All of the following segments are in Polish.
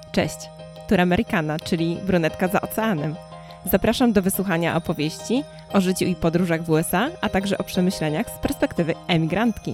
Cześć, tu Amerykana, czyli brunetka za oceanem. Zapraszam do wysłuchania opowieści o życiu i podróżach w USA, a także o przemyśleniach z perspektywy emigrantki.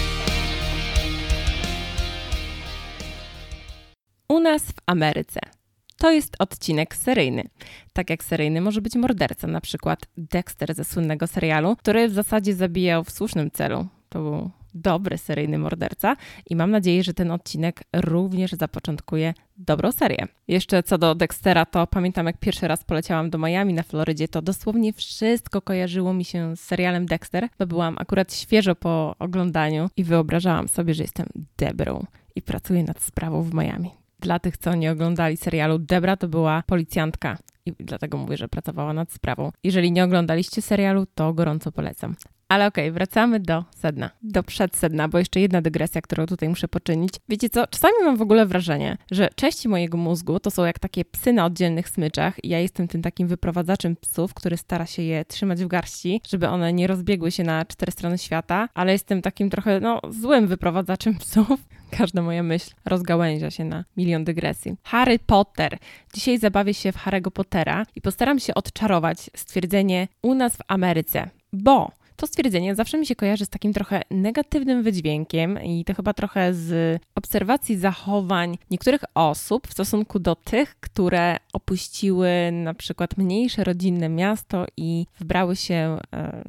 U nas w Ameryce. To jest odcinek seryjny. Tak jak seryjny może być morderca, na przykład Dexter ze słynnego serialu, który w zasadzie zabijał w słusznym celu. To był dobry seryjny morderca i mam nadzieję, że ten odcinek również zapoczątkuje dobrą serię. Jeszcze co do Dextera, to pamiętam jak pierwszy raz poleciałam do Miami na Florydzie, to dosłownie wszystko kojarzyło mi się z serialem Dexter, bo byłam akurat świeżo po oglądaniu i wyobrażałam sobie, że jestem Debrą i pracuję nad sprawą w Miami. Dla tych, co nie oglądali serialu, Debra to była policjantka i dlatego mówię, że pracowała nad sprawą. Jeżeli nie oglądaliście serialu, to gorąco polecam. Ale okej, wracamy do sedna, do przedsedna, bo jeszcze jedna dygresja, którą tutaj muszę poczynić. Wiecie co, czasami mam w ogóle wrażenie, że części mojego mózgu to są jak takie psy na oddzielnych smyczach i ja jestem tym takim wyprowadzaczem psów, który stara się je trzymać w garści, żeby one nie rozbiegły się na 4 strony świata, ale jestem takim trochę, złym wyprowadzaczem psów. Każda moja myśl rozgałęzia się na milion dygresji. Harry Potter. Dzisiaj zabawię się w Harry'ego Pottera i postaram się odczarować stwierdzenie u nas w Ameryce, bo to stwierdzenie zawsze mi się kojarzy z takim trochę negatywnym wydźwiękiem i to chyba trochę z obserwacji zachowań niektórych osób w stosunku do tych, które opuściły na przykład mniejsze rodzinne miasto i wybrały się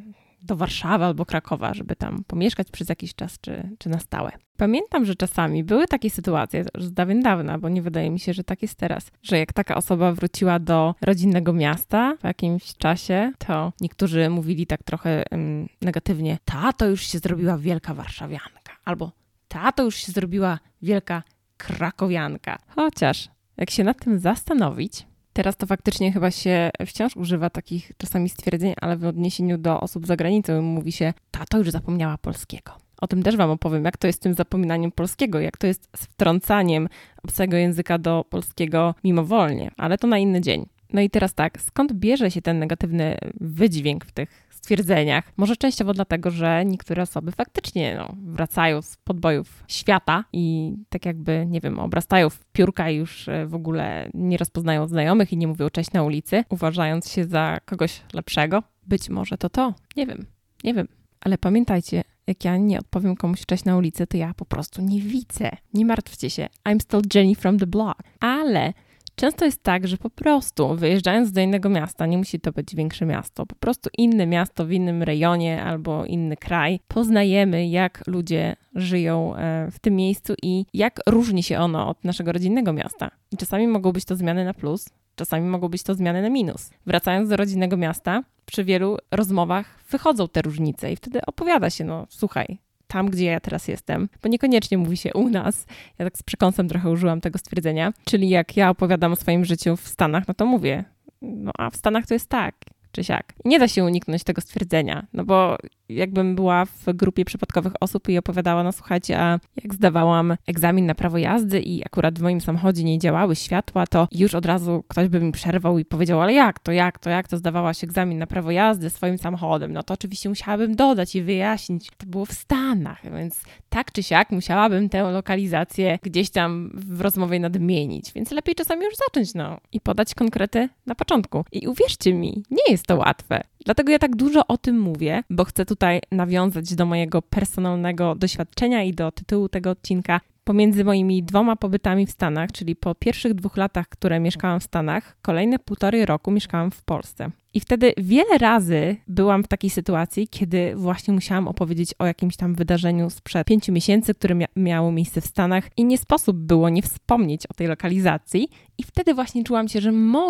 do Warszawy albo Krakowa, żeby tam pomieszkać przez jakiś czas czy na stałe. Pamiętam, że czasami były takie sytuacje, z dawien dawna, bo nie wydaje mi się, że tak jest teraz, że jak taka osoba wróciła do rodzinnego miasta w jakimś czasie, to niektórzy mówili tak trochę negatywnie: ta to już się zrobiła wielka warszawianka, albo ta to już się zrobiła wielka krakowianka. Chociaż jak się nad tym zastanowić, teraz to faktycznie chyba się wciąż używa takich czasami stwierdzeń, ale w odniesieniu do osób za granicą mówi się: ta to już zapomniała polskiego. O tym też wam opowiem, jak to jest z tym zapominaniem polskiego, jak to jest z wtrącaniem obcego języka do polskiego mimowolnie, ale to na inny dzień. No i teraz tak, skąd bierze się ten negatywny wydźwięk w tych stwierdzeniach? Może częściowo dlatego, że niektóre osoby faktycznie wracają z podbojów świata i tak jakby, obrastają w piórka i już w ogóle nie rozpoznają znajomych i nie mówią cześć na ulicy, uważając się za kogoś lepszego. Być może to. Nie wiem. Ale pamiętajcie, jak ja nie odpowiem komuś cześć na ulicy, to ja po prostu nie widzę. Nie martwcie się. I'm still Jenny from the block. Ale często jest tak, że po prostu wyjeżdżając do innego miasta, nie musi to być większe miasto, po prostu inne miasto w innym rejonie albo inny kraj, poznajemy, jak ludzie żyją w tym miejscu i jak różni się ono od naszego rodzinnego miasta. I czasami mogą być to zmiany na plus, czasami mogą być to zmiany na minus. Wracając do rodzinnego miasta, przy wielu rozmowach wychodzą te różnice i wtedy opowiada się, słuchaj, tam, gdzie ja teraz jestem, bo niekoniecznie mówi się u nas. Ja tak z przekąsem trochę użyłam tego stwierdzenia, czyli jak ja opowiadam o swoim życiu w Stanach, to mówię, a w Stanach to jest tak, czy siak. I nie da się uniknąć tego stwierdzenia, bo jakbym była w grupie przypadkowych osób i opowiadała, słuchajcie, a jak zdawałam egzamin na prawo jazdy i akurat w moim samochodzie nie działały światła, to już od razu ktoś by mi przerwał i powiedział: ale jak to zdawałaś egzamin na prawo jazdy swoim samochodem? No to oczywiście musiałabym dodać i wyjaśnić. To było w Stanach, więc tak czy siak musiałabym tę lokalizację gdzieś tam w rozmowie nadmienić, więc lepiej czasami już zacząć, i podać konkrety na początku. I uwierzcie mi, nie jest to łatwe. Dlatego ja tak dużo o tym mówię, bo chcę tutaj nawiązać do mojego personalnego doświadczenia i do tytułu tego odcinka. Pomiędzy moimi 2 pobytami w Stanach, czyli po pierwszych 2 latach, które mieszkałam w Stanach, kolejne 1,5 roku mieszkałam w Polsce. I wtedy wiele razy byłam w takiej sytuacji, kiedy właśnie musiałam opowiedzieć o jakimś tam wydarzeniu sprzed 5 miesięcy, które miało miejsce w Stanach i nie sposób było nie wspomnieć o tej lokalizacji. I wtedy właśnie czułam się,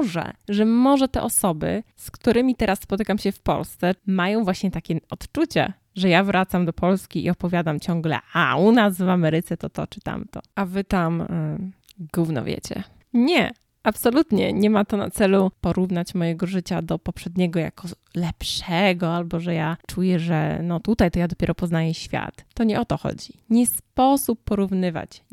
że może te osoby, z którymi teraz spotykam się w Polsce, mają właśnie takie odczucie, że ja wracam do Polski i opowiadam ciągle: a u nas w Ameryce to czy tamto, a wy tam gówno wiecie. Nie. Absolutnie nie ma to na celu porównać mojego życia do poprzedniego jako lepszego, albo że ja czuję, że tutaj to ja dopiero poznaję świat. To nie o to chodzi. Nie sposób porównywać, nie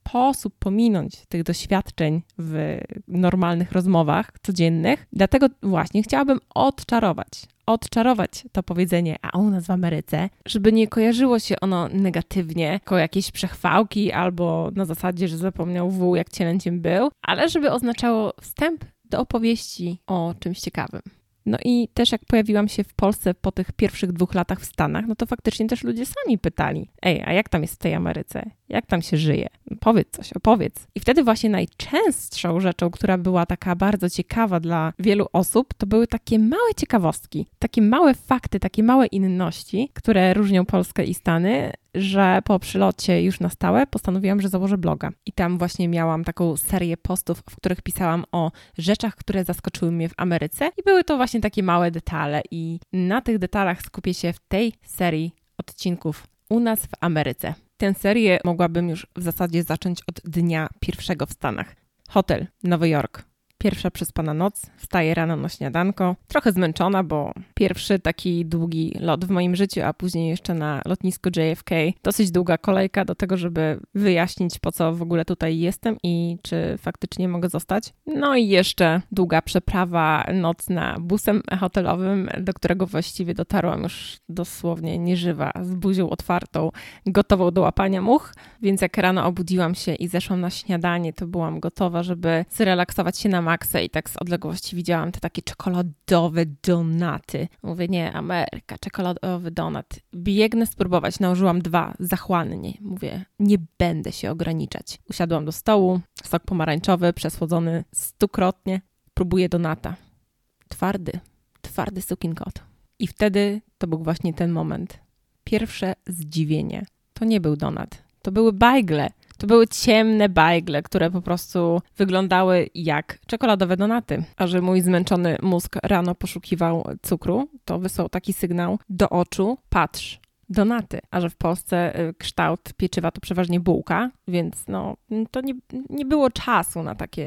sposób pominąć tych doświadczeń w normalnych rozmowach codziennych. Dlatego właśnie chciałabym odczarować to powiedzenie, a u nas w Ameryce, żeby nie kojarzyło się ono negatywnie, jako jakieś przechwałki albo na zasadzie, że zapomniał wół, jak cielęciem był, ale żeby oznaczało wstęp do opowieści o czymś ciekawym. No i też jak pojawiłam się w Polsce po tych pierwszych 2 latach w Stanach, no to faktycznie też ludzie sami pytali: ej, a jak tam jest w tej Ameryce? Jak tam się żyje? Powiedz coś, opowiedz. I wtedy właśnie najczęstszą rzeczą, która była taka bardzo ciekawa dla wielu osób, to były takie małe ciekawostki, takie małe fakty, takie małe inności, które różnią Polskę i Stany, że po przylocie już na stałe postanowiłam, że założę bloga. I tam właśnie miałam taką serię postów, w których pisałam o rzeczach, które zaskoczyły mnie w Ameryce i były to właśnie takie małe detale i na tych detalach skupię się w tej serii odcinków u nas w Ameryce. Tę serię mogłabym już w zasadzie zacząć od dnia pierwszego w Stanach. Hotel, Nowy Jork. Pierwsza przespana noc, wstaję rano na śniadanko, trochę zmęczona, bo pierwszy taki długi lot w moim życiu, a później jeszcze na lotnisku JFK. Dosyć długa kolejka do tego, żeby wyjaśnić, po co w ogóle tutaj jestem i czy faktycznie mogę zostać. No i jeszcze długa przeprawa nocna busem hotelowym, do którego właściwie dotarłam już dosłownie nieżywa, z buzią otwartą, gotową do łapania much. Więc jak rano obudziłam się i zeszłam na śniadanie, to byłam gotowa, żeby zrelaksować się na maksa i tak z odległości widziałam te takie czekoladowe donaty. Mówię, nie, Ameryka, czekoladowy donat. Biegnę spróbować. Nałożyłam 2 zachłannie. Mówię, nie będę się ograniczać. Usiadłam do stołu, sok pomarańczowy, przesłodzony 100-krotnie. Próbuję donata. Twardy sukinkot. I wtedy to był właśnie ten moment. Pierwsze zdziwienie. To nie był donat. To były bajgle. To były ciemne bajgle, które po prostu wyglądały jak czekoladowe donaty. A że mój zmęczony mózg rano poszukiwał cukru, to wysłał taki sygnał do oczu: patrz, donaty. A że w Polsce kształt pieczywa to przeważnie bułka, więc no to nie było czasu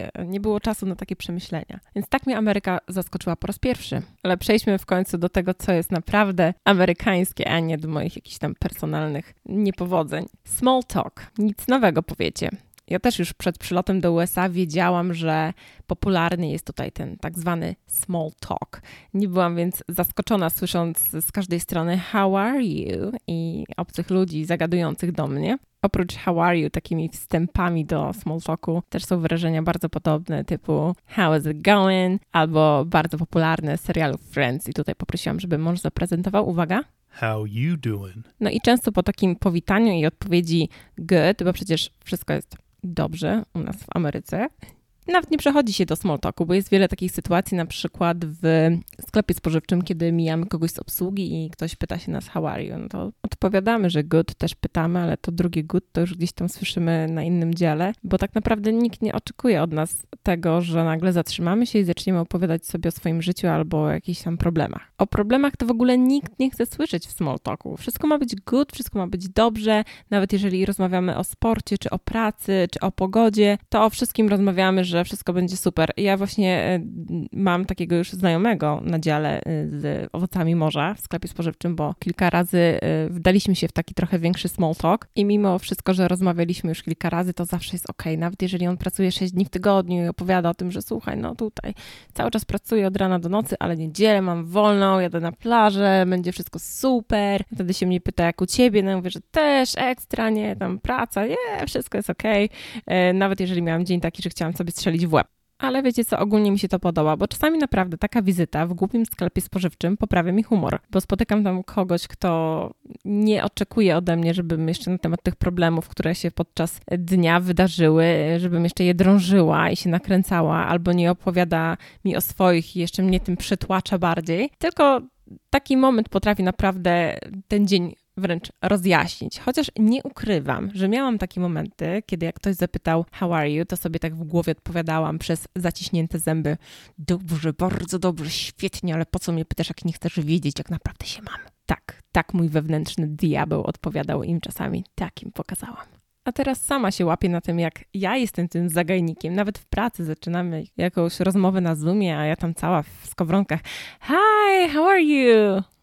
na takie przemyślenia. Więc tak mnie Ameryka zaskoczyła po raz pierwszy. Ale przejdźmy w końcu do tego, co jest naprawdę amerykańskie, a nie do moich jakichś tam personalnych niepowodzeń. Small talk. Nic nowego, powiecie. Ja też już przed przylotem do USA wiedziałam, że popularny jest tutaj ten tak zwany small talk. Nie byłam więc zaskoczona, słysząc z każdej strony how are you i obcych ludzi zagadujących do mnie. Oprócz how are you, takimi wstępami do small talku też są wyrażenia bardzo podobne typu how is it going? Albo bardzo popularne z serialu Friends i tutaj poprosiłam, żeby mąż zaprezentował. Uwaga. How you doing? No i często po takim powitaniu i odpowiedzi good, bo przecież wszystko jest dobrze u nas w Ameryce, nawet nie przechodzi się do small talku, bo jest wiele takich sytuacji, na przykład w sklepie spożywczym, kiedy mijamy kogoś z obsługi i ktoś pyta się nas how are you, no to odpowiadamy, że good, też pytamy, ale to drugie good to już gdzieś tam słyszymy na innym dziale, bo tak naprawdę nikt nie oczekuje od nas tego, że nagle zatrzymamy się i zaczniemy opowiadać sobie o swoim życiu albo o jakichś tam problemach. O problemach to w ogóle nikt nie chce słyszeć w small talku. Wszystko ma być good, wszystko ma być dobrze, nawet jeżeli rozmawiamy o sporcie, czy o pracy, czy o pogodzie, to o wszystkim rozmawiamy, że wszystko będzie super. Ja właśnie mam takiego już znajomego na dziale z owocami morza w sklepie spożywczym, bo kilka razy wdaliśmy się w taki trochę większy small talk i mimo wszystko, że rozmawialiśmy już kilka razy, to zawsze jest okej. Nawet jeżeli on pracuje 6 dni w tygodniu i opowiada o tym, że słuchaj, no tutaj cały czas pracuję od rana do nocy, ale niedzielę mam wolną, jadę na plażę, będzie wszystko super. Wtedy się mnie pyta, jak u ciebie, no ja mówię, że też ekstra, nie, tam praca, wszystko jest okej. Nawet jeżeli miałam dzień taki, że chciałam sobie strzelić w łeb. Ale wiecie co, ogólnie mi się to podoba, bo czasami naprawdę taka wizyta w głupim sklepie spożywczym poprawia mi humor, bo spotykam tam kogoś, kto nie oczekuje ode mnie, żebym jeszcze na temat tych problemów, które się podczas dnia wydarzyły, żebym jeszcze je drążyła i się nakręcała, albo nie opowiada mi o swoich i jeszcze mnie tym przytłacza bardziej, tylko taki moment potrafi naprawdę ten dzień wręcz rozjaśnić. Chociaż nie ukrywam, że miałam takie momenty, kiedy jak ktoś zapytał how are you, to sobie tak w głowie odpowiadałam przez zaciśnięte zęby: dobrze, bardzo dobrze, świetnie, ale po co mnie pytasz, jak nie chcesz wiedzieć, jak naprawdę się mam? Tak mój wewnętrzny diabeł odpowiadał im czasami. Tak im pokazałam. A teraz sama się łapię na tym, jak ja jestem tym zagajnikiem. Nawet w pracy zaczynamy jakąś rozmowę na Zoomie, a ja tam cała w skowronkach: hi, how are you?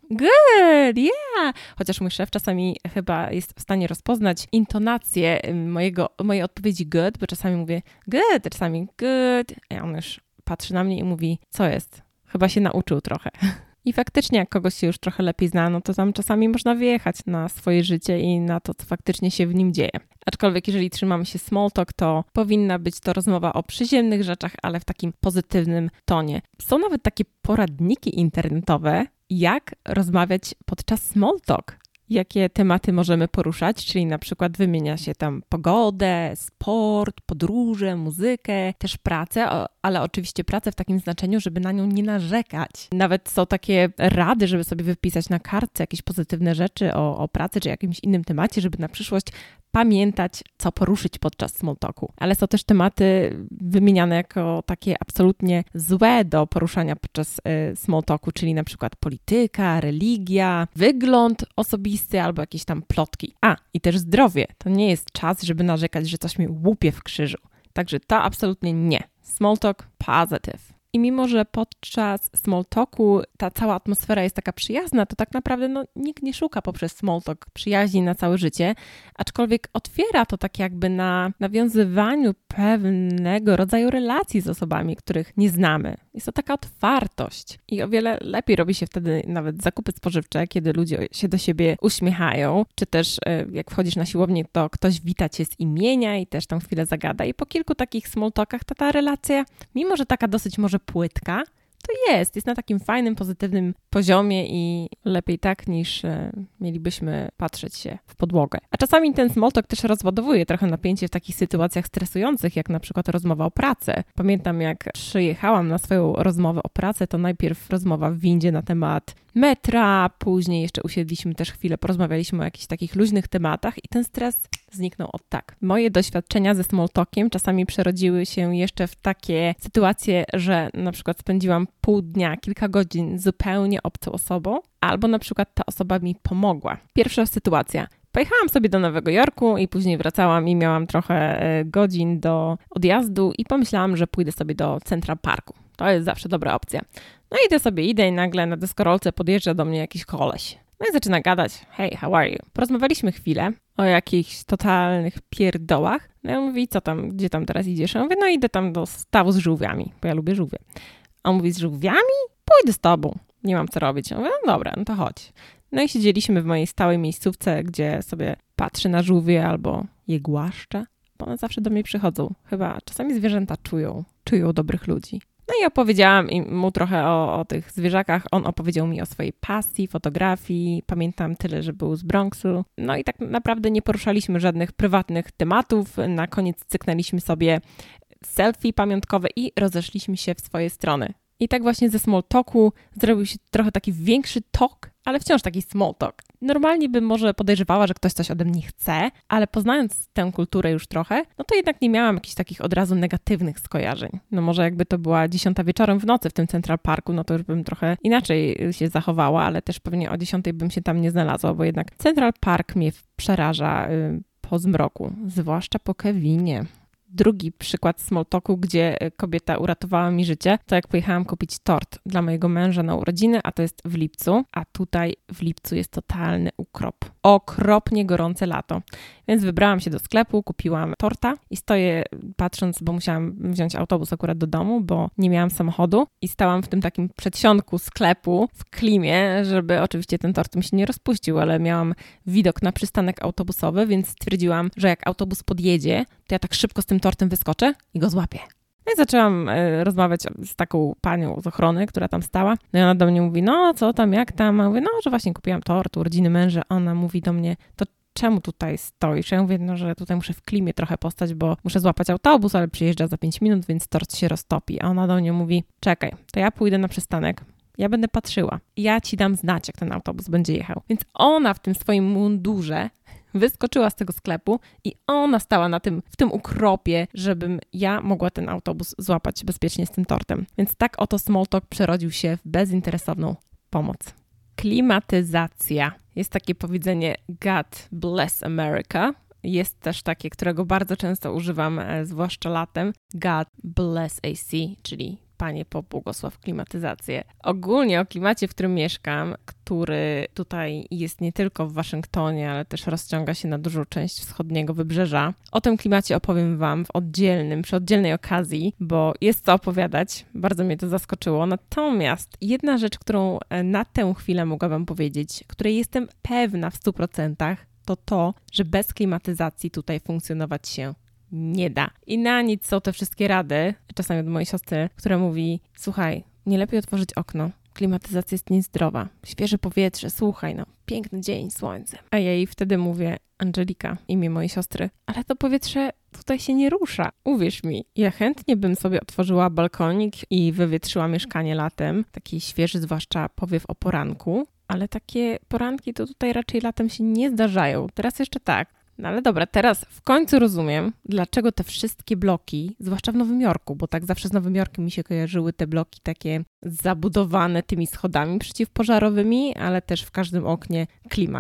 Good, yeah! Chociaż mój szef czasami chyba jest w stanie rozpoznać intonację mojej odpowiedzi good, bo czasami mówię good, czasami good, a on już patrzy na mnie i mówi, co jest? Chyba się nauczył trochę. I faktycznie jak kogoś się już trochę lepiej zna, no to tam czasami można wyjechać na swoje życie i na to, co faktycznie się w nim dzieje. Aczkolwiek jeżeli trzymamy się small talk, to powinna być to rozmowa o przyziemnych rzeczach, ale w takim pozytywnym tonie. Są nawet takie poradniki internetowe, jak rozmawiać podczas small talk. Jakie tematy możemy poruszać, czyli na przykład wymienia się tam pogodę, sport, podróże, muzykę, też pracę, ale oczywiście pracę w takim znaczeniu, żeby na nią nie narzekać. Nawet są takie rady, żeby sobie wypisać na kartce jakieś pozytywne rzeczy o pracy czy jakimś innym temacie, żeby na przyszłość pamiętać, co poruszyć podczas small talku. Ale są też tematy wymieniane jako takie absolutnie złe do poruszania podczas small talku, czyli na przykład polityka, religia, wygląd osobisty albo jakieś tam plotki. I też zdrowie. To nie jest czas, żeby narzekać, że coś mi łupie w krzyżu. Także to absolutnie nie. Small talk positive. I mimo, że podczas small talku ta cała atmosfera jest taka przyjazna, to tak naprawdę nikt nie szuka poprzez small talk przyjaźni na całe życie, aczkolwiek otwiera to tak jakby na nawiązywaniu pewnego rodzaju relacji z osobami, których nie znamy. Jest to taka otwartość i o wiele lepiej robi się wtedy nawet zakupy spożywcze, kiedy ludzie się do siebie uśmiechają, czy też jak wchodzisz na siłownię, to ktoś wita cię z imienia i też tam chwilę zagada i po kilku takich small talkach ta relacja, mimo że taka dosyć może płytka, to jest na takim fajnym, pozytywnym poziomie i lepiej tak, niż mielibyśmy patrzeć się w podłogę. A czasami ten small talk też rozładowuje trochę napięcie w takich sytuacjach stresujących, jak na przykład rozmowa o pracy. Pamiętam, jak przyjechałam na swoją rozmowę o pracę, to najpierw rozmowa w windzie na temat metra, później jeszcze usiedliśmy też chwilę, porozmawialiśmy o jakichś takich luźnych tematach i ten stres zniknął od tak. Moje doświadczenia ze small talkiem czasami przerodziły się jeszcze w takie sytuacje, że na przykład spędziłam pół dnia, kilka godzin zupełnie obcą osobą, albo na przykład ta osoba mi pomogła. Pierwsza sytuacja. Pojechałam sobie do Nowego Jorku i później wracałam i miałam trochę godzin do odjazdu i pomyślałam, że pójdę sobie do Central Parku. To jest zawsze dobra opcja. No idę i nagle na deskorolce podjeżdża do mnie jakiś koleś. No i zaczyna gadać, hey, how are you? Porozmawialiśmy chwilę o jakichś totalnych pierdołach. No ja mówię, co tam, gdzie tam teraz idziesz? Ja mówię, no idę tam do stawu z żółwiami, bo ja lubię żółwie. A on mówi, z żółwiami? Pójdę z tobą. Nie mam co robić. Ja mówię, no dobra, no to chodź. No i siedzieliśmy w mojej stałej miejscówce, gdzie sobie patrzę na żółwie albo je głaszczę, bo one zawsze do mnie przychodzą. Chyba czasami zwierzęta czują dobrych ludzi. No i opowiedziałam mu trochę o tych zwierzakach. On opowiedział mi o swojej pasji, fotografii. Pamiętam tyle, że był z Bronxu. No i tak naprawdę nie poruszaliśmy żadnych prywatnych tematów. Na koniec cyknęliśmy sobie selfie pamiątkowe i rozeszliśmy się w swoje strony. I tak właśnie ze small talku zrobił się trochę taki większy talk, ale wciąż taki small talk. Normalnie bym może podejrzewała, że ktoś coś ode mnie chce, ale poznając tę kulturę już trochę, no to jednak nie miałam jakichś takich od razu negatywnych skojarzeń. No może jakby to była 10 wieczorem w nocy w tym Central Parku, no to już bym trochę inaczej się zachowała, ale też pewnie o 10 bym się tam nie znalazła, bo jednak Central Park mnie przeraża po zmroku, zwłaszcza po Kevinie. Drugi przykład small talku, gdzie kobieta uratowała mi życie, to jak pojechałam kupić tort dla mojego męża na urodziny, a to jest w lipcu, a tutaj w lipcu jest totalny ukrop. Okropnie gorące lato. Więc wybrałam się do sklepu, kupiłam torta i stoję patrząc, bo musiałam wziąć autobus akurat do domu, bo nie miałam samochodu i stałam w tym takim przedsionku sklepu w klimie, żeby oczywiście ten tort mi się nie rozpuścił, ale miałam widok na przystanek autobusowy, więc stwierdziłam, że jak autobus podjedzie, to ja tak szybko z tym tortem wyskoczę i go złapię. No i zaczęłam rozmawiać z taką panią z ochrony, która tam stała. No i ona do mnie mówi, no co tam, jak tam? A mówię, no, że właśnie kupiłam tort, urodziny męża. Ona mówi do mnie, to czemu tutaj stoisz? Ja mówię, no, że tutaj muszę w klimie trochę postać, bo muszę złapać autobus, ale przyjeżdża za 5 minut, więc tort się roztopi. A ona do mnie mówi, czekaj, to ja pójdę na przystanek. Ja będę patrzyła. Ja ci dam znać, jak ten autobus będzie jechał. Więc ona w tym swoim mundurze wyskoczyła z tego sklepu i ona stała w tym ukropie, żebym ja mogła ten autobus złapać bezpiecznie z tym tortem. Więc tak oto small talk przerodził się w bezinteresowną pomoc. Klimatyzacja. Jest takie powiedzenie God bless America. Jest też takie, którego bardzo często używam, zwłaszcza latem. God bless AC, czyli Panie pobłogosław klimatyzację. Ogólnie o klimacie, w którym mieszkam, który tutaj jest nie tylko w Waszyngtonie, ale też rozciąga się na dużą część wschodniego wybrzeża. O tym klimacie opowiem Wam przy oddzielnej okazji, bo jest co opowiadać. Bardzo mnie to zaskoczyło. Natomiast jedna rzecz, którą na tę chwilę mogę Wam powiedzieć, której jestem pewna w 100%, to, że bez klimatyzacji tutaj funkcjonować się nie da. I na nic są te wszystkie rady, czasami od mojej siostry, która mówi: słuchaj, nie lepiej otworzyć okno, klimatyzacja jest niezdrowa, świeże powietrze, słuchaj, piękny dzień, słońce. A ja jej wtedy mówię: Angelika, imię mojej siostry, ale to powietrze tutaj się nie rusza. Uwierz mi, ja chętnie bym sobie otworzyła balkonik i wywietrzyła mieszkanie latem, taki świeży, zwłaszcza powiew o poranku, ale takie poranki to tutaj raczej latem się nie zdarzają. Teraz jeszcze tak. No ale dobra, teraz w końcu rozumiem, dlaczego te wszystkie bloki, zwłaszcza w Nowym Jorku, bo tak zawsze z Nowym Jorkiem mi się kojarzyły te bloki takie zabudowane tymi schodami przeciwpożarowymi, ale też w każdym oknie klima.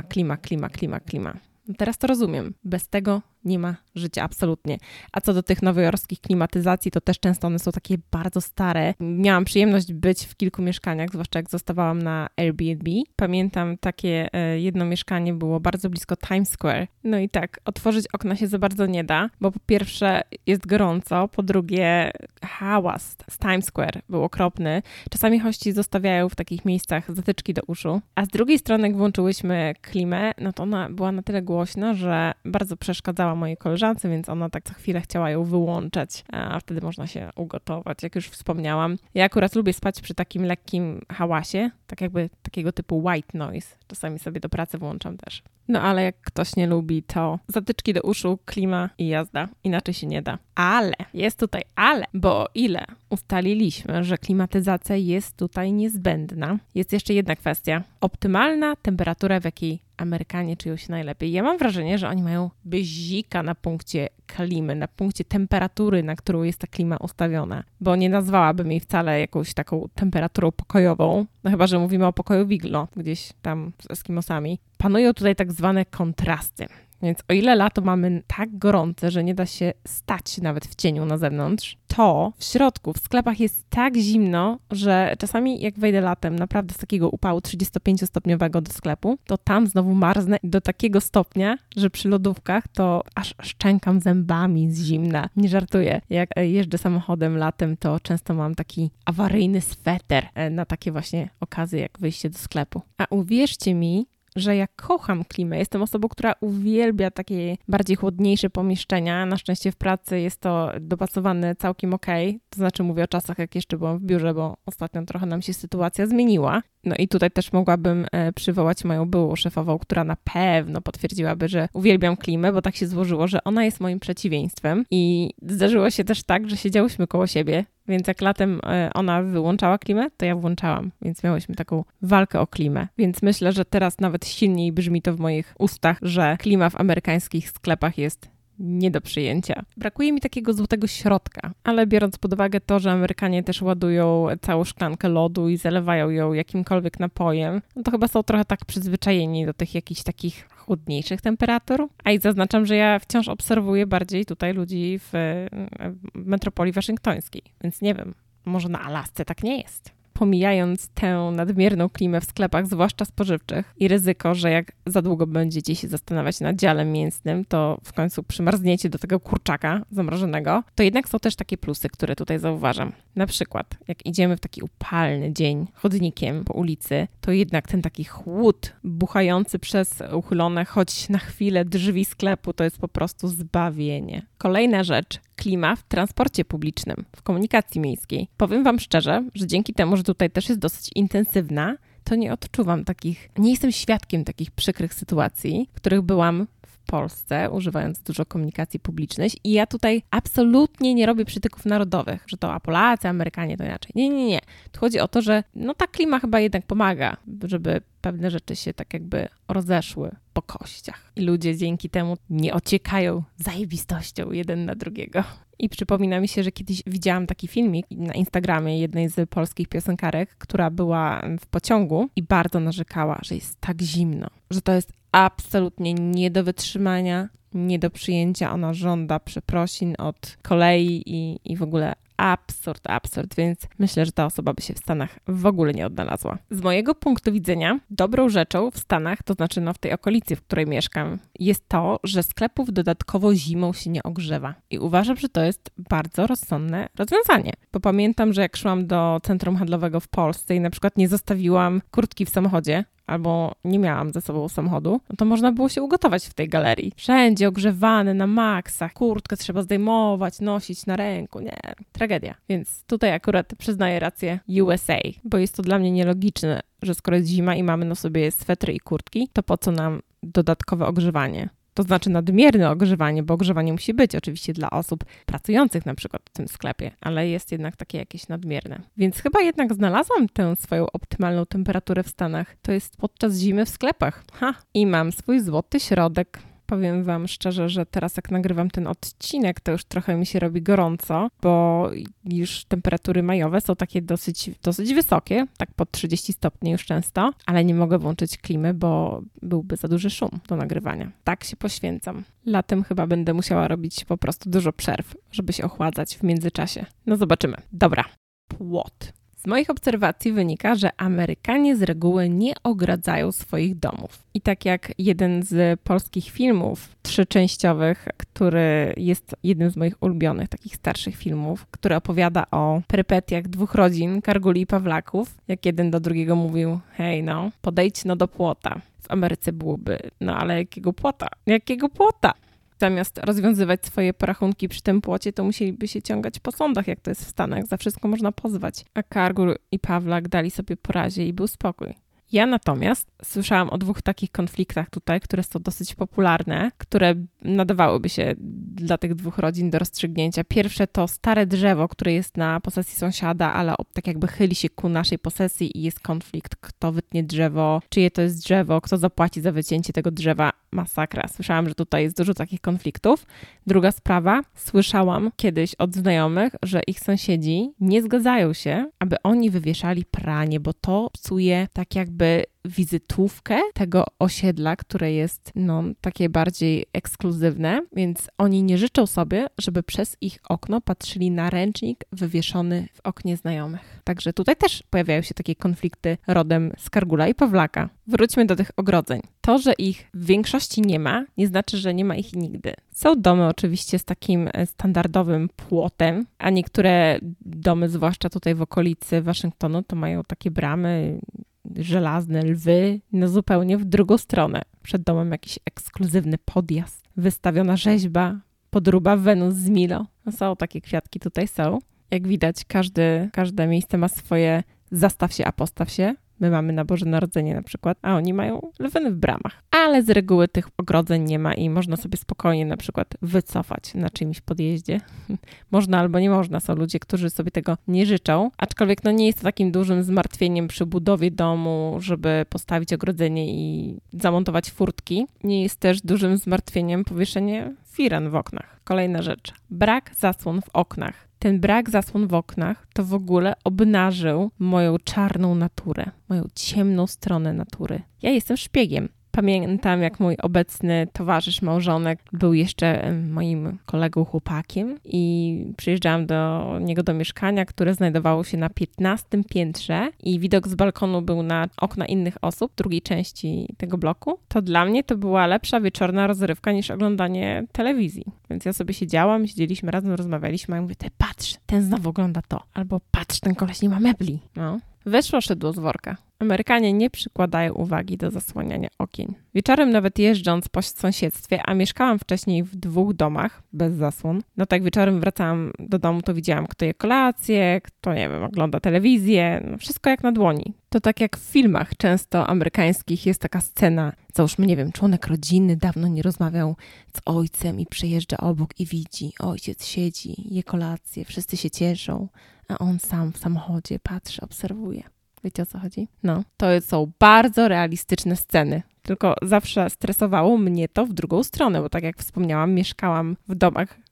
No teraz to rozumiem. Bez tego nie ma życia, absolutnie. A co do tych nowojorskich klimatyzacji, to też często one są takie bardzo stare. Miałam przyjemność być w kilku mieszkaniach, zwłaszcza jak zostawałam na Airbnb. Pamiętam takie jedno mieszkanie było bardzo blisko Times Square. No i tak, otworzyć okna się za bardzo nie da, bo po pierwsze jest gorąco, po drugie hałas z Times Square był okropny. Czasami hości zostawiają w takich miejscach zatyczki do uszu. A z drugiej strony, jak włączyłyśmy klimę, no to ona była na tyle głośna, że bardzo przeszkadzała mojej koleżance, więc ona tak co chwilę chciała ją wyłączać, a wtedy można się ugotować, jak już wspomniałam. Ja akurat lubię spać przy takim lekkim hałasie, tak jakby takiego typu white noise. Czasami sobie do pracy włączam też. No ale jak ktoś nie lubi, to zatyczki do uszu, klima i jazda. Inaczej się nie da. Ale, jest tutaj ale, bo o ile ustaliliśmy, że klimatyzacja jest tutaj niezbędna, jest jeszcze jedna kwestia. Optymalna temperatura, w jakiej Amerykanie czują się najlepiej. Ja mam wrażenie, że oni mają bezika na punkcie klimy, na punkcie temperatury, na którą jest ta klima ustawiona, bo nie nazwałabym jej wcale jakąś taką temperaturą pokojową, no chyba że mówimy o pokoju Wiglo, gdzieś tam z Eskimosami. Panują tutaj tak zwane kontrasty. Więc o ile lato mamy tak gorące, że nie da się stać nawet w cieniu na zewnątrz, to w środku, w sklepach jest tak zimno, że czasami jak wejdę latem naprawdę z takiego upału 35-stopniowego do sklepu, to tam znowu marznę do takiego stopnia, że przy lodówkach to aż szczękam zębami z zimna. Nie żartuję. Jak jeżdżę samochodem latem, to często mam taki awaryjny sweter na takie właśnie okazje jak wyjście do sklepu. A uwierzcie mi, że ja kocham klimę. Jestem osobą, która uwielbia takie bardziej chłodniejsze pomieszczenia. Na szczęście w pracy jest to dopasowane całkiem okej. To znaczy mówię o czasach, jak jeszcze byłam w biurze, bo ostatnio trochę nam się sytuacja zmieniła. No i tutaj też mogłabym przywołać moją byłą szefową, która na pewno potwierdziłaby, że uwielbiam klimę, bo tak się złożyło, że ona jest moim przeciwieństwem. I zdarzyło się też tak, że siedziałyśmy koło siebie, więc jak latem ona wyłączała klimę, to ja włączałam. Więc miałyśmy taką walkę o klimę. Więc myślę, że teraz nawet silniej brzmi to w moich ustach, że klima w amerykańskich sklepach jest nie do przyjęcia. Brakuje mi takiego złotego środka, ale biorąc pod uwagę to, że Amerykanie też ładują całą szklankę lodu i zalewają ją jakimkolwiek napojem, no to chyba są trochę tak przyzwyczajeni do tych jakichś takich chłodniejszych temperatur. A i zaznaczam, że ja wciąż obserwuję bardziej tutaj ludzi w metropolii waszyngtońskiej, więc nie wiem, może na Alasce tak nie jest. Pomijając tę nadmierną klimę w sklepach, zwłaszcza spożywczych i ryzyko, że jak za długo będziecie się zastanawiać nad działem mięsnym, to w końcu przymarzniecie do tego kurczaka zamrożonego, to jednak są też takie plusy, które tutaj zauważam. Na przykład, jak idziemy w taki upalny dzień chodnikiem po ulicy, to jednak ten taki chłód buchający przez uchylone choć na chwilę drzwi sklepu to jest po prostu zbawienie. Kolejna rzecz. Klima w transporcie publicznym, w komunikacji miejskiej. Powiem Wam szczerze, że dzięki temu, że tutaj też jest dosyć intensywna, to nie odczuwam nie jestem świadkiem takich przykrych sytuacji, w których byłam w Polsce, używając dużo komunikacji publicznej i ja tutaj absolutnie nie robię przytyków narodowych, że to Polacy, Amerykanie to inaczej. Nie. Tu chodzi o to, że ta klima chyba jednak pomaga, żeby pewne rzeczy się tak jakby rozeszły po kościach. I ludzie dzięki temu nie ociekają zajebistością jeden na drugiego. I przypomina mi się, że kiedyś widziałam taki filmik na Instagramie jednej z polskich piosenkarek, która była w pociągu i bardzo narzekała, że jest tak zimno, że to jest absolutnie nie do wytrzymania, nie do przyjęcia. Ona żąda przeprosin od kolei i w ogóle absurd, więc myślę, że ta osoba by się w Stanach w ogóle nie odnalazła. Z mojego punktu widzenia dobrą rzeczą w Stanach, to znaczy w tej okolicy, w której mieszkam, jest to, że sklepów dodatkowo zimą się nie ogrzewa. I uważam, że to jest bardzo rozsądne rozwiązanie. Bo pamiętam, że jak szłam do centrum handlowego w Polsce i na przykład nie zostawiłam kurtki w samochodzie, albo nie miałam ze sobą samochodu, no to można było się ugotować w tej galerii. Wszędzie ogrzewane na maksach, kurtkę trzeba zdejmować, nosić na ręku, nie, tragedia. Więc tutaj akurat przyznaję rację USA, bo jest to dla mnie nielogiczne, że skoro jest zima i mamy na sobie swetry i kurtki, to po co nam dodatkowe ogrzewanie? To znaczy nadmierne ogrzewanie, bo ogrzewanie musi być oczywiście dla osób pracujących na przykład w tym sklepie, ale jest jednak takie jakieś nadmierne. Więc chyba jednak znalazłam tę swoją optymalną temperaturę w Stanach. To jest podczas zimy w sklepach. I mam swój złoty środek. Powiem wam szczerze, że teraz jak nagrywam ten odcinek, to już trochę mi się robi gorąco, bo już temperatury majowe są takie dosyć wysokie, tak pod 30 stopni już często, ale nie mogę włączyć klimy, bo byłby za duży szum do nagrywania. Tak się poświęcam. Latem chyba będę musiała robić po prostu dużo przerw, żeby się ochładzać w międzyczasie. No zobaczymy. Dobra. Płot. Z moich obserwacji wynika, że Amerykanie z reguły nie ogradzają swoich domów. I tak jak jeden z polskich filmów trzyczęściowych, który jest jednym z moich ulubionych takich starszych filmów, który opowiada o perypetiach dwóch rodzin, Karguli i Pawlaków, jak jeden do drugiego mówił: hej no, podejdź no do płota. W Ameryce byłoby: no ale jakiego płota? Jakiego płota? Zamiast rozwiązywać swoje porachunki przy tym płocie, to musieliby się ciągać po sądach, jak to jest w Stanach. Za wszystko można pozwać. A Kargul i Pawlak dali sobie po razie i był spokój. Ja natomiast słyszałam o dwóch takich konfliktach tutaj, które są dosyć popularne, które nadawałyby się dla tych dwóch rodzin do rozstrzygnięcia. Pierwsze to stare drzewo, które jest na posesji sąsiada, ale tak jakby chyli się ku naszej posesji i jest konflikt, kto wytnie drzewo, czyje to jest drzewo, kto zapłaci za wycięcie tego drzewa. Masakra. Słyszałam, że tutaj jest dużo takich konfliktów. Druga sprawa, słyszałam kiedyś od znajomych, że ich sąsiedzi nie zgadzają się, aby oni wywieszali pranie, bo to psuje tak jakby wizytówkę tego osiedla, które jest takie bardziej ekskluzywne, więc oni nie życzą sobie, żeby przez ich okno patrzyli na ręcznik wywieszony w oknie znajomych. Także tutaj też pojawiają się takie konflikty rodem z Kargula i Pawlaka. Wróćmy do tych ogrodzeń. To, że ich w większości nie ma, nie znaczy, że nie ma ich nigdy. Są domy oczywiście z takim standardowym płotem, a niektóre domy, zwłaszcza tutaj w okolicy Waszyngtonu, to mają takie bramy żelazne, lwy, zupełnie w drugą stronę. Przed domem jakiś ekskluzywny podjazd, wystawiona rzeźba, podróba Wenus z Milo. Są takie kwiatki, tutaj są. Jak widać, każde miejsce ma swoje zastaw się, a postaw się. My mamy na Boże Narodzenie na przykład, a oni mają lwy w bramach. Ale z reguły tych ogrodzeń nie ma i można sobie spokojnie na przykład wycofać na czyimś podjeździe. Można albo nie można. Są ludzie, którzy sobie tego nie życzą. Aczkolwiek nie jest to takim dużym zmartwieniem przy budowie domu, żeby postawić ogrodzenie i zamontować furtki. Nie jest też dużym zmartwieniem powieszenie firan w oknach. Kolejna rzecz. Brak zasłon w oknach. Ten brak zasłon w oknach to w ogóle obnażył moją czarną naturę, moją ciemną stronę natury. Ja jestem szpiegiem. Pamiętam, jak mój obecny towarzysz, małżonek był jeszcze moim kolegą chłopakiem i przyjeżdżałam do niego do mieszkania, które znajdowało się na 15 piętrze i widok z balkonu był na okna innych osób, drugiej części tego bloku. To dla mnie to była lepsza wieczorna rozrywka niż oglądanie telewizji. Więc ja sobie siedzieliśmy razem, rozmawialiśmy, a ja mówię: patrz, ten znowu ogląda to. Albo patrz, ten koleś nie ma mebli. Weszło szydło z worka. Amerykanie nie przykładają uwagi do zasłaniania okien. Wieczorem nawet jeżdżąc po sąsiedztwie, a mieszkałam wcześniej w 2 domach bez zasłon, tak wieczorem wracałam do domu, to widziałam, kto je kolację, kto, ogląda telewizję, wszystko jak na dłoni. To tak jak w filmach często amerykańskich jest taka scena, załóżmy, członek rodziny dawno nie rozmawiał z ojcem i przejeżdża obok i widzi, ojciec siedzi, je kolację, wszyscy się cieszą, a on sam w samochodzie patrzy, obserwuje. Wiecie, o co chodzi? To są bardzo realistyczne sceny. Tylko zawsze stresowało mnie to w drugą stronę, bo tak jak wspomniałam, mieszkałam w domach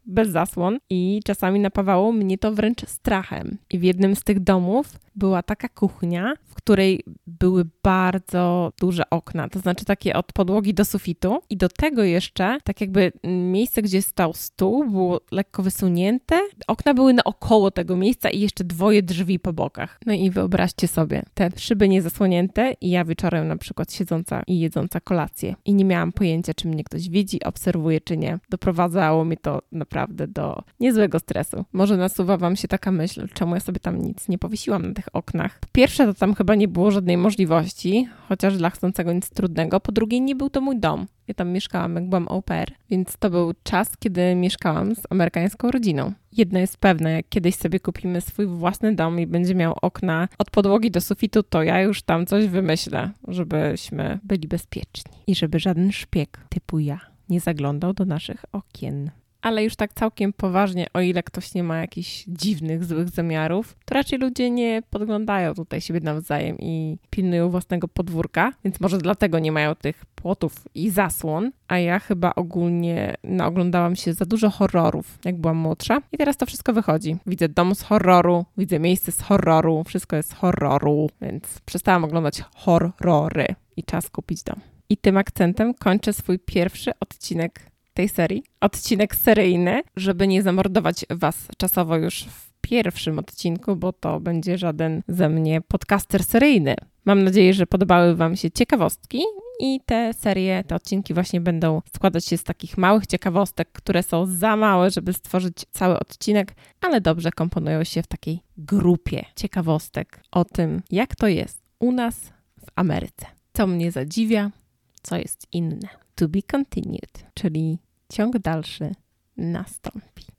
bez zasłon i czasami napawało mnie to wręcz strachem. I w jednym z tych domów była taka kuchnia, w której były bardzo duże okna, to znaczy takie od podłogi do sufitu i do tego jeszcze tak jakby miejsce, gdzie stał stół było lekko wysunięte, okna były naokoło tego miejsca i jeszcze 2 drzwi po bokach. No i wyobraźcie sobie, te szyby niezasłonięte i ja wieczorem na przykład siedząca i jedząca kolację i nie miałam pojęcia, czy mnie ktoś widzi, obserwuje, czy nie. Doprowadzało mnie to naprawdę do niezłego stresu. Może nasuwa wam się taka myśl, czemu ja sobie tam nic nie powiesiłam na tych oknach. Po pierwsze, to tam chyba nie było żadnej możliwości, chociaż dla chcącego nic trudnego. Po drugie, nie był to mój dom. Ja tam mieszkałam, jak byłam au pair, więc to był czas, kiedy mieszkałam z amerykańską rodziną. Jedno jest pewne, jak kiedyś sobie kupimy swój własny dom i będzie miał okna od podłogi do sufitu, to ja już tam coś wymyślę, żebyśmy byli bezpieczni i żeby żaden szpieg typu ja nie zaglądał do naszych okien. Ale już tak całkiem poważnie, o ile ktoś nie ma jakichś dziwnych, złych zamiarów, to raczej ludzie nie podglądają tutaj siebie nawzajem i pilnują własnego podwórka, więc może dlatego nie mają tych płotów i zasłon, a ja chyba ogólnie naoglądałam się za dużo horrorów, jak byłam młodsza i teraz to wszystko wychodzi. Widzę dom z horroru, widzę miejsce z horroru, wszystko jest z horroru, więc przestałam oglądać horrory i czas kupić dom. I tym akcentem kończę swój pierwszy odcinek tej serii. Odcinek seryjny, żeby nie zamordować was czasowo już w pierwszym odcinku, bo to będzie żaden ze mnie podcaster seryjny. Mam nadzieję, że podobały wam się ciekawostki i te serie, te odcinki właśnie będą składać się z takich małych ciekawostek, które są za małe, żeby stworzyć cały odcinek, ale dobrze komponują się w takiej grupie ciekawostek o tym, jak to jest u nas w Ameryce. Co mnie zadziwia, co jest inne. To be continued, czyli ciąg dalszy nastąpi.